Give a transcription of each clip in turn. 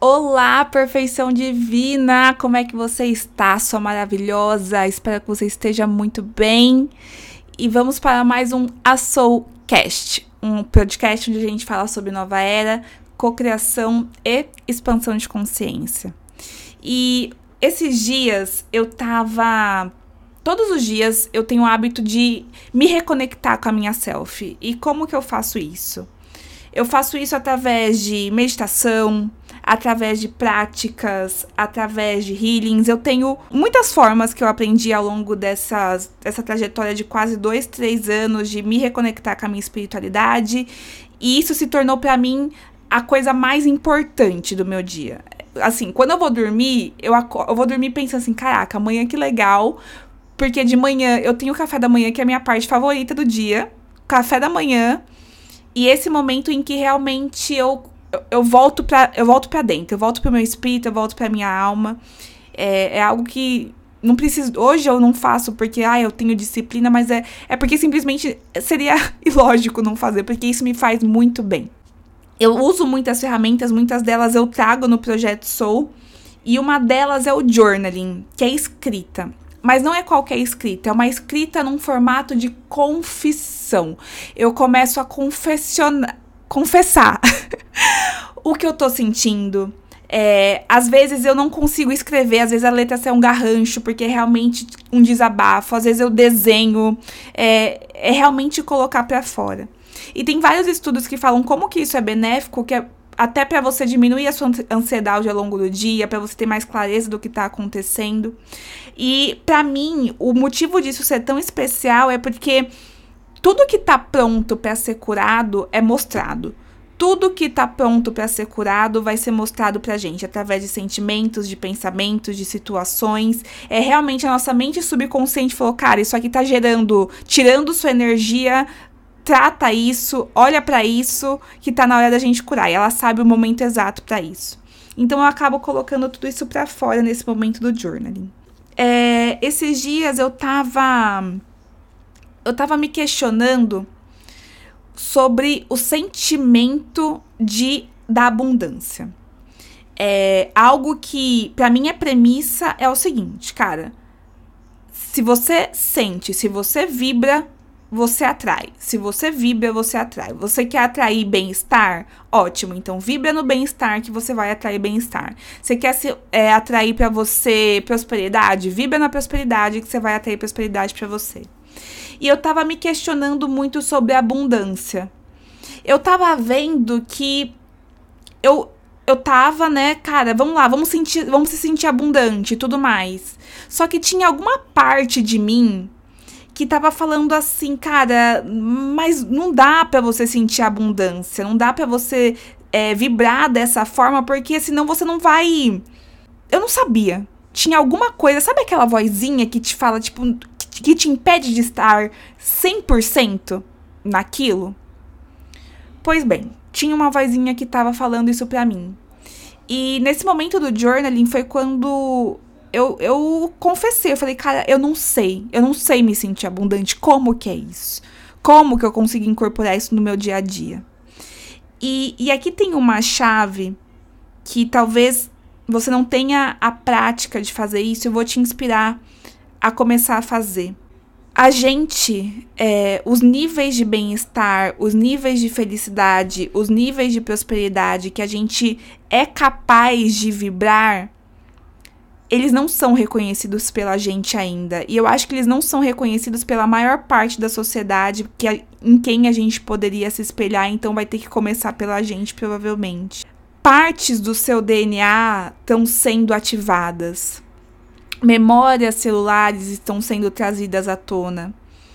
Olá, perfeição divina! Como é que você está, sua maravilhosa? Espero que você esteja muito bem. E vamos para mais um A Soulcast, um podcast onde a gente fala sobre nova era, cocriação e expansão de consciência. E esses dias todos os dias eu tenho o hábito de me reconectar com a minha self. E como que eu faço isso? Eu faço isso através de meditação, através de práticas, através de healings. Eu tenho muitas formas que eu aprendi ao longo dessa trajetória de quase 2-3 anos de me reconectar com a minha espiritualidade. E isso se tornou para mim a coisa mais importante do meu dia. Assim, quando eu vou dormir, eu vou dormir pensando assim, caraca, amanhã que legal. Porque de manhã eu tenho o café da manhã, que é a minha parte favorita do dia. Café da manhã. E esse momento em que realmente eu volto pra dentro, eu volto pro meu espírito, eu volto pra minha alma. É algo que não preciso. Hoje eu não faço porque eu tenho disciplina, mas é porque simplesmente seria ilógico não fazer, porque isso me faz muito bem. Eu uso muitas ferramentas, muitas delas eu trago no Projeto Soul, e uma delas é o journaling, que é escrita. Mas não é qualquer escrita, é uma escrita num formato de confissão. Eu começo a confessar o que eu tô sentindo. Às vezes eu não consigo escrever, às vezes a letra é um garrancho, porque é realmente um desabafo. Às vezes eu desenho, é realmente colocar pra fora. E tem vários estudos que falam como que isso é benéfico, que é até para você diminuir a sua ansiedade ao longo do dia, para você ter mais clareza do que tá acontecendo. E para mim, o motivo disso ser tão especial é porque tudo que tá pronto para ser curado é mostrado. Tudo que tá pronto para ser curado vai ser mostrado pra gente através de sentimentos, de pensamentos, de situações. É realmente a nossa mente subconsciente falou, cara, isso aqui tá tirando sua energia. Trata isso, olha pra isso, que tá na hora da gente curar. E ela sabe o momento exato pra isso. Então eu acabo colocando tudo isso pra fora nesse momento do journaling. Esses dias eu tava me questionando sobre o sentimento da abundância. Algo que pra mim é premissa é o seguinte, cara. Se você sente, se você vibra, você atrai. Se você vibra, você atrai. Você quer atrair bem-estar? Ótimo. Então, vibra no bem-estar que você vai atrair bem-estar. Você quer atrair pra você prosperidade? Vibra na prosperidade que você vai atrair prosperidade pra você. E eu tava me questionando muito sobre abundância. Eu tava vendo que eu tava, né, cara, vamos lá, vamos se sentir abundante e tudo mais. Só que tinha alguma parte de mim que tava falando assim, cara, mas não dá pra você sentir abundância, não dá pra você vibrar dessa forma, porque senão você não vai... Eu não sabia. Tinha alguma coisa, sabe aquela vozinha que te fala, tipo, que te impede de estar 100% naquilo? Pois bem, tinha uma vozinha que tava falando isso pra mim. E nesse momento do journaling foi quando eu confessei, eu falei, cara, eu não sei me sentir abundante, como que é isso? Como que eu consigo incorporar isso no meu dia a dia? E aqui tem uma chave que talvez você não tenha a prática de fazer isso, eu vou te inspirar a começar a fazer. A gente, os níveis de bem-estar, os níveis de felicidade, os níveis de prosperidade que a gente é capaz de vibrar, eles não são reconhecidos pela gente ainda. E eu acho que eles não são reconhecidos pela maior parte da sociedade em quem a gente poderia se espelhar, então vai ter que começar pela gente, provavelmente. Partes do seu DNA estão sendo ativadas. Memórias celulares estão sendo trazidas à tona.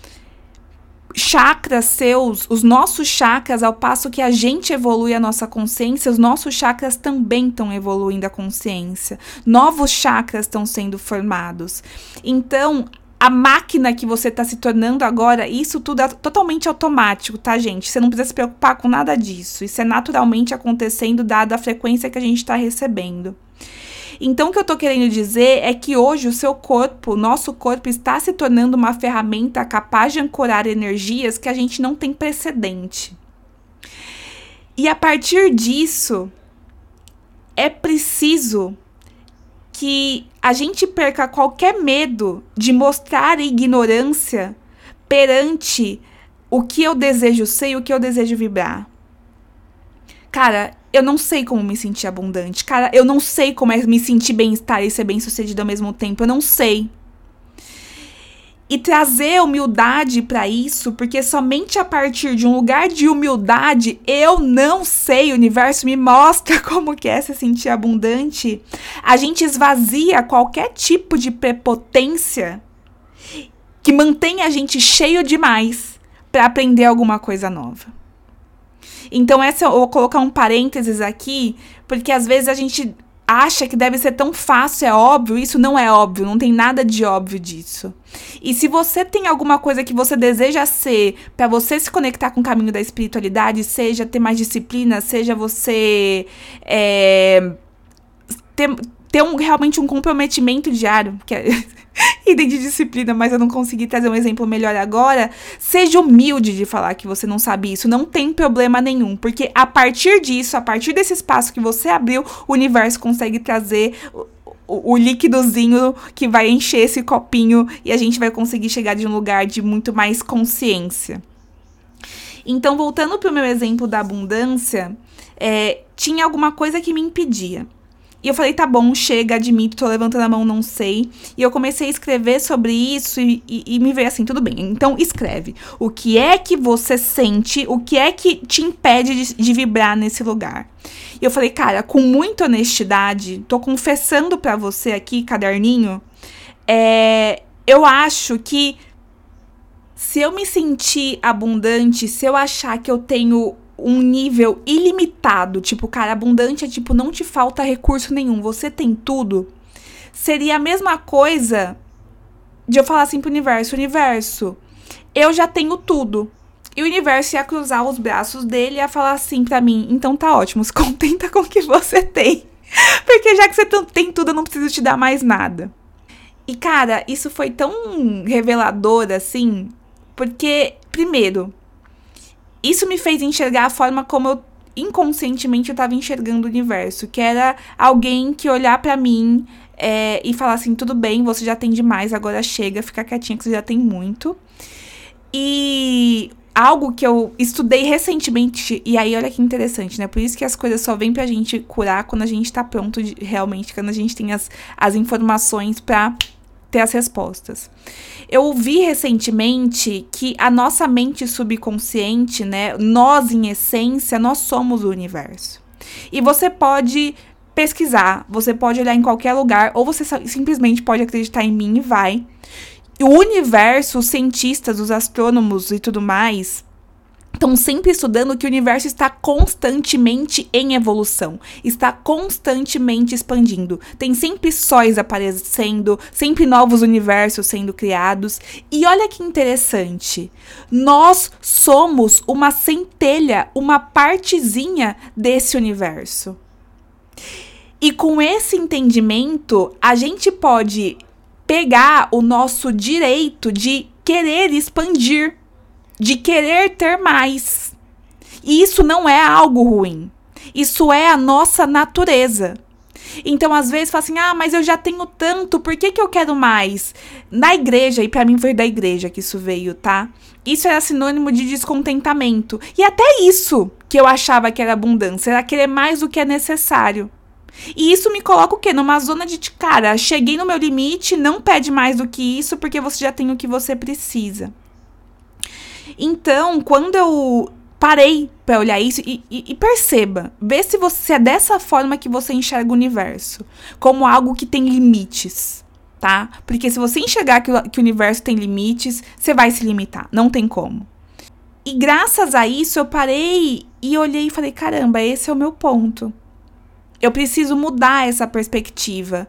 Chakras seus, os nossos chakras, ao passo que a gente evolui a nossa consciência, os nossos chakras também estão evoluindo a consciência. Novos chakras estão sendo formados. Então, a máquina que você está se tornando agora, isso tudo é totalmente automático, tá, gente? Você não precisa se preocupar com nada disso. Isso é naturalmente acontecendo, dada a frequência que a gente está recebendo. Então, o que eu tô querendo dizer é que hoje o nosso corpo está se tornando uma ferramenta capaz de ancorar energias que a gente não tem precedente. E a partir disso, é preciso que a gente perca qualquer medo de mostrar ignorância perante o que eu desejo ser e o que eu desejo vibrar. Cara, eu não sei como me sentir abundante. Cara, eu não sei como é me sentir bem-estar e ser bem-sucedido ao mesmo tempo. Eu não sei. E trazer humildade pra isso, porque somente a partir de um lugar de humildade, eu não sei, o universo me mostra como que é se sentir abundante. A gente esvazia qualquer tipo de prepotência que mantém a gente cheio demais pra aprender alguma coisa nova. Então, eu vou colocar um parênteses aqui, porque às vezes a gente acha que deve ser tão fácil, é óbvio. Isso não é óbvio, não tem nada de óbvio disso. E se você tem alguma coisa que você deseja ser para você se conectar com o caminho da espiritualidade, seja ter mais disciplina, seja você ter realmente um comprometimento diário, que é item de disciplina, mas eu não consegui trazer um exemplo melhor agora, seja humilde de falar que você não sabe isso, não tem problema nenhum, porque a partir disso, a partir desse espaço que você abriu, o universo consegue trazer o líquidozinho que vai encher esse copinho e a gente vai conseguir chegar de um lugar de muito mais consciência. Então, voltando para o meu exemplo da abundância, tinha alguma coisa que me impedia. E eu falei, tá bom, chega, admito, tô levantando a mão, não sei. E eu comecei a escrever sobre isso e me veio assim, tudo bem. Então, escreve. O que é que você sente, o que é que te impede de vibrar nesse lugar? E eu falei, cara, com muita honestidade, tô confessando pra você aqui, caderninho, eu acho que se eu me sentir abundante, se eu achar que eu tenho um nível ilimitado, tipo, cara, abundante é tipo, não te falta recurso nenhum, você tem tudo, seria a mesma coisa de eu falar assim pro universo, eu já tenho tudo. E o universo ia cruzar os braços dele e ia falar assim pra mim, então tá ótimo, se contenta com o que você tem. Porque já que você tem tudo, eu não preciso te dar mais nada. E, cara, isso foi tão revelador, assim, porque, primeiro, isso me fez enxergar a forma como eu inconscientemente eu tava enxergando o universo, que era alguém que olhar pra mim e falar assim, tudo bem, você já tem demais, agora chega, fica quietinha que você já tem muito. E algo que eu estudei recentemente, e aí olha que interessante, né? Por isso que as coisas só vêm pra gente curar quando a gente tá pronto realmente, quando a gente tem as informações pra ter as respostas. Eu ouvi recentemente que a nossa mente subconsciente, né, nós em essência, nós somos o universo. E você pode pesquisar, você pode olhar em qualquer lugar, ou você simplesmente pode acreditar em mim e vai. O universo, os cientistas, os astrônomos e tudo mais, estão sempre estudando que o universo está constantemente em evolução, está constantemente expandindo. Tem sempre sóis aparecendo, sempre novos universos sendo criados. E olha que interessante, nós somos uma centelha, uma partezinha desse universo. E com esse entendimento, a gente pode pegar o nosso direito de querer expandir, de querer ter mais. E isso não é algo ruim. Isso é a nossa natureza. Então, às vezes, fala assim, mas eu já tenho tanto, por que eu quero mais? Na igreja, e pra mim foi da igreja que isso veio, tá? Isso era sinônimo de descontentamento. E até isso que eu achava que era abundância, era querer mais do que é necessário. E isso me coloca o quê? Numa zona de, cara, cheguei no meu limite, não pede mais do que isso, porque você já tem o que você precisa. Então, quando eu parei pra olhar isso e perceba, vê se é dessa forma que você enxerga o universo, como algo que tem limites, tá? Porque se você enxergar que o universo tem limites, você vai se limitar, não tem como. E graças a isso, eu parei e olhei e falei, caramba, esse é o meu ponto. Eu preciso mudar essa perspectiva.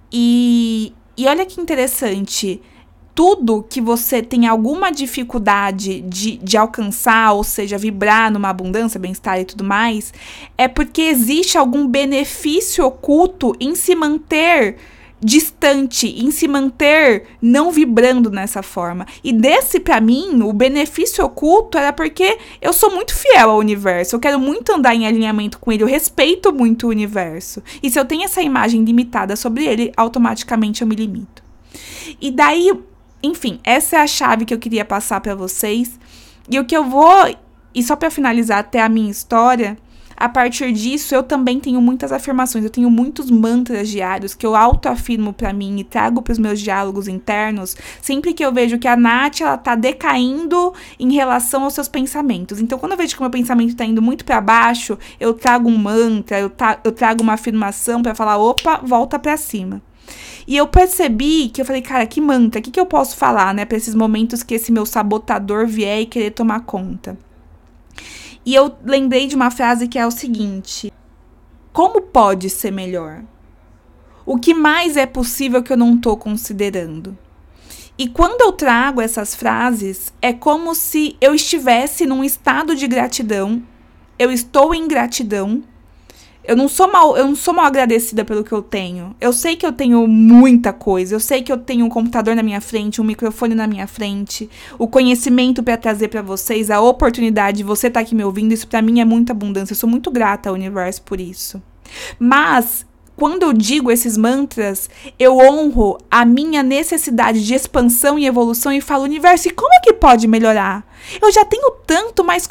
E olha que interessante, tudo que você tem alguma dificuldade de alcançar, ou seja, vibrar numa abundância, bem-estar e tudo mais, é porque existe algum benefício oculto em se manter distante, em se manter não vibrando nessa forma. E desse, pra mim, o benefício oculto era porque eu sou muito fiel ao universo, eu quero muito andar em alinhamento com ele, eu respeito muito o universo. E se eu tenho essa imagem limitada sobre ele, automaticamente eu me limito. E daí, enfim, essa é a chave que eu queria passar pra vocês. E o que eu vou, e só pra finalizar até a minha história, a partir disso, eu também tenho muitas afirmações, eu tenho muitos mantras diários que eu autoafirmo pra mim e trago pros meus diálogos internos, sempre que eu vejo que a Nath, ela tá decaindo em relação aos seus pensamentos. Então, quando eu vejo que o meu pensamento tá indo muito pra baixo, eu trago um mantra, eu trago uma afirmação pra falar, opa, volta pra cima. E eu percebi que eu falei, cara, que mantra, o que eu posso falar, né, pra esses momentos que esse meu sabotador vier e querer tomar conta. E eu lembrei de uma frase que é o seguinte: como pode ser melhor? O que mais é possível que eu não estou considerando? E quando eu trago essas frases, é como se eu estivesse num estado de gratidão, eu estou em gratidão. Eu não sou mal agradecida pelo que eu tenho. Eu sei que eu tenho muita coisa. Eu sei que eu tenho um computador na minha frente, um microfone na minha frente, o conhecimento para trazer para vocês, a oportunidade de você estar aqui me ouvindo. Isso para mim é muita abundância. Eu sou muito grata ao universo por isso. Mas quando eu digo esses mantras, eu honro a minha necessidade de expansão e evolução e falo, universo, e como é que pode melhorar? Eu já tenho tanto, mas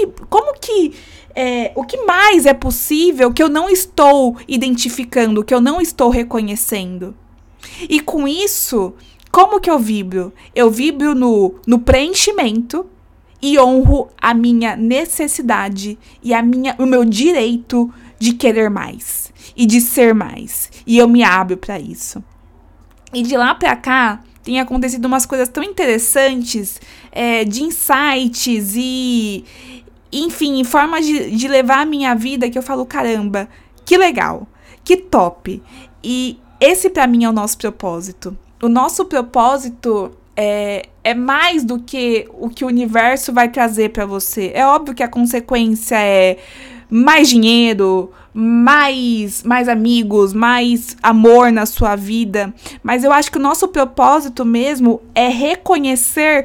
o que mais é possível que eu não estou identificando, que eu não estou reconhecendo? E com isso, como que eu vibro? Eu vibro no preenchimento e honro a minha necessidade e o meu direito de querer mais e de ser mais. E eu me abro para isso. E de lá para cá, tem acontecido umas coisas tão interessantes, de insights e... enfim, formas de levar a minha vida que eu falo, caramba, que legal, que top. E esse pra mim é o nosso propósito. O nosso propósito é mais do que o que o universo vai trazer pra você. É óbvio que a consequência é mais dinheiro, mais amigos, mais amor na sua vida. Mas eu acho que o nosso propósito mesmo é reconhecer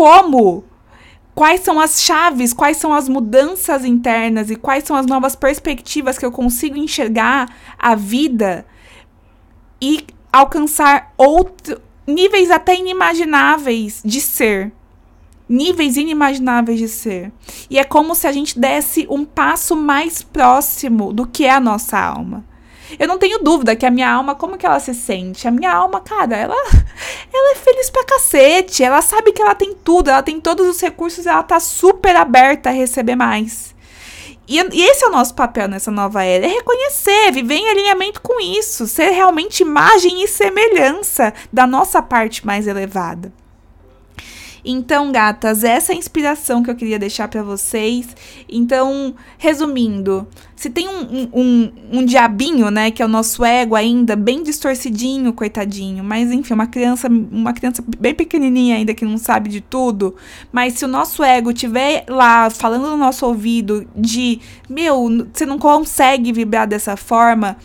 quais são as chaves, quais são as mudanças internas e quais são as novas perspectivas que eu consigo enxergar a vida e alcançar níveis até inimagináveis de ser. Níveis inimagináveis de ser. E é como se a gente desse um passo mais próximo do que é a nossa alma. Eu não tenho dúvida que a minha alma, como que ela se sente? A minha alma, cara, ela é feliz pra cacete. Ela sabe que ela tem tudo, ela tem todos os recursos, ela tá super aberta a receber mais. E esse é o nosso papel nessa nova era, é reconhecer, viver em alinhamento com isso, ser realmente imagem e semelhança da nossa parte mais elevada. Então, gatas, essa é a inspiração que eu queria deixar pra vocês. Então, resumindo, se tem um diabinho, né, que é o nosso ego ainda, bem distorcidinho, coitadinho, mas enfim, uma criança bem pequenininha ainda que não sabe de tudo, mas se o nosso ego estiver lá falando no nosso ouvido você não consegue vibrar dessa forma,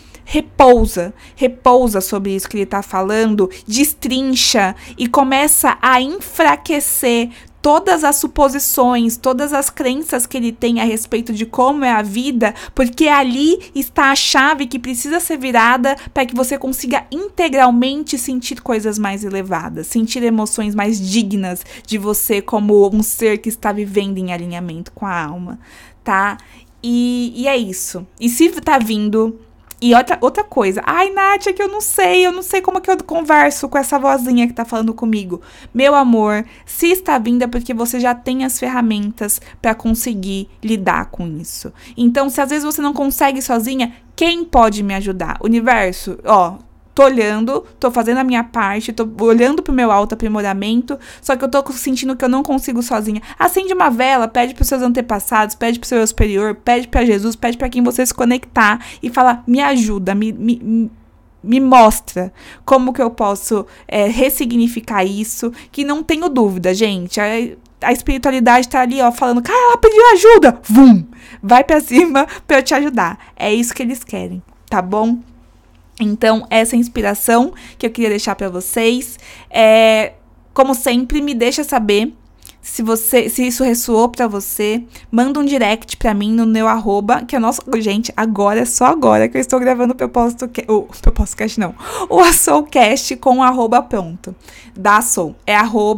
repousa sobre isso que ele tá falando, destrincha e começa a enfraquecer todas as suposições, todas as crenças que ele tem a respeito de como é a vida, porque ali está a chave que precisa ser virada para que você consiga integralmente sentir coisas mais elevadas, sentir emoções mais dignas de você como um ser que está vivendo em alinhamento com a alma, tá? E é isso. E se tá vindo... E outra coisa, ai, Nath, é que eu não sei como que eu converso com essa vozinha que tá falando comigo. Meu amor, se está vindo é porque você já tem as ferramentas pra conseguir lidar com isso. Então, se às vezes você não consegue sozinha, quem pode me ajudar? Universo, tô olhando, tô fazendo a minha parte, tô olhando pro meu autoaprimoramento, só que eu tô sentindo que eu não consigo sozinha. Acende uma vela, pede pros seus antepassados, pede pro seu superior, pede pra Jesus, pede pra quem você se conectar e fala, me ajuda, me mostra como que eu posso ressignificar isso, que não tenho dúvida, gente. A espiritualidade tá ali, falando, cara, ela pediu ajuda, vum, vai pra cima pra eu te ajudar. É isso que eles querem, tá bom? Então, essa é a inspiração que eu queria deixar pra vocês. Como sempre, me deixa saber se isso ressoou pra você. Manda um direct pra mim no meu @, que é nosso... Gente, agora, só agora que eu estou gravando o Soulcast com o @ pronto. Da Soul. É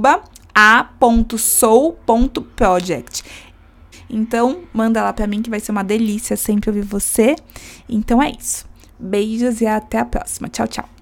@a.soul.project. Então, manda lá pra mim que vai ser uma delícia sempre ouvir você. Então é isso. Beijos e até a próxima. Tchau, tchau.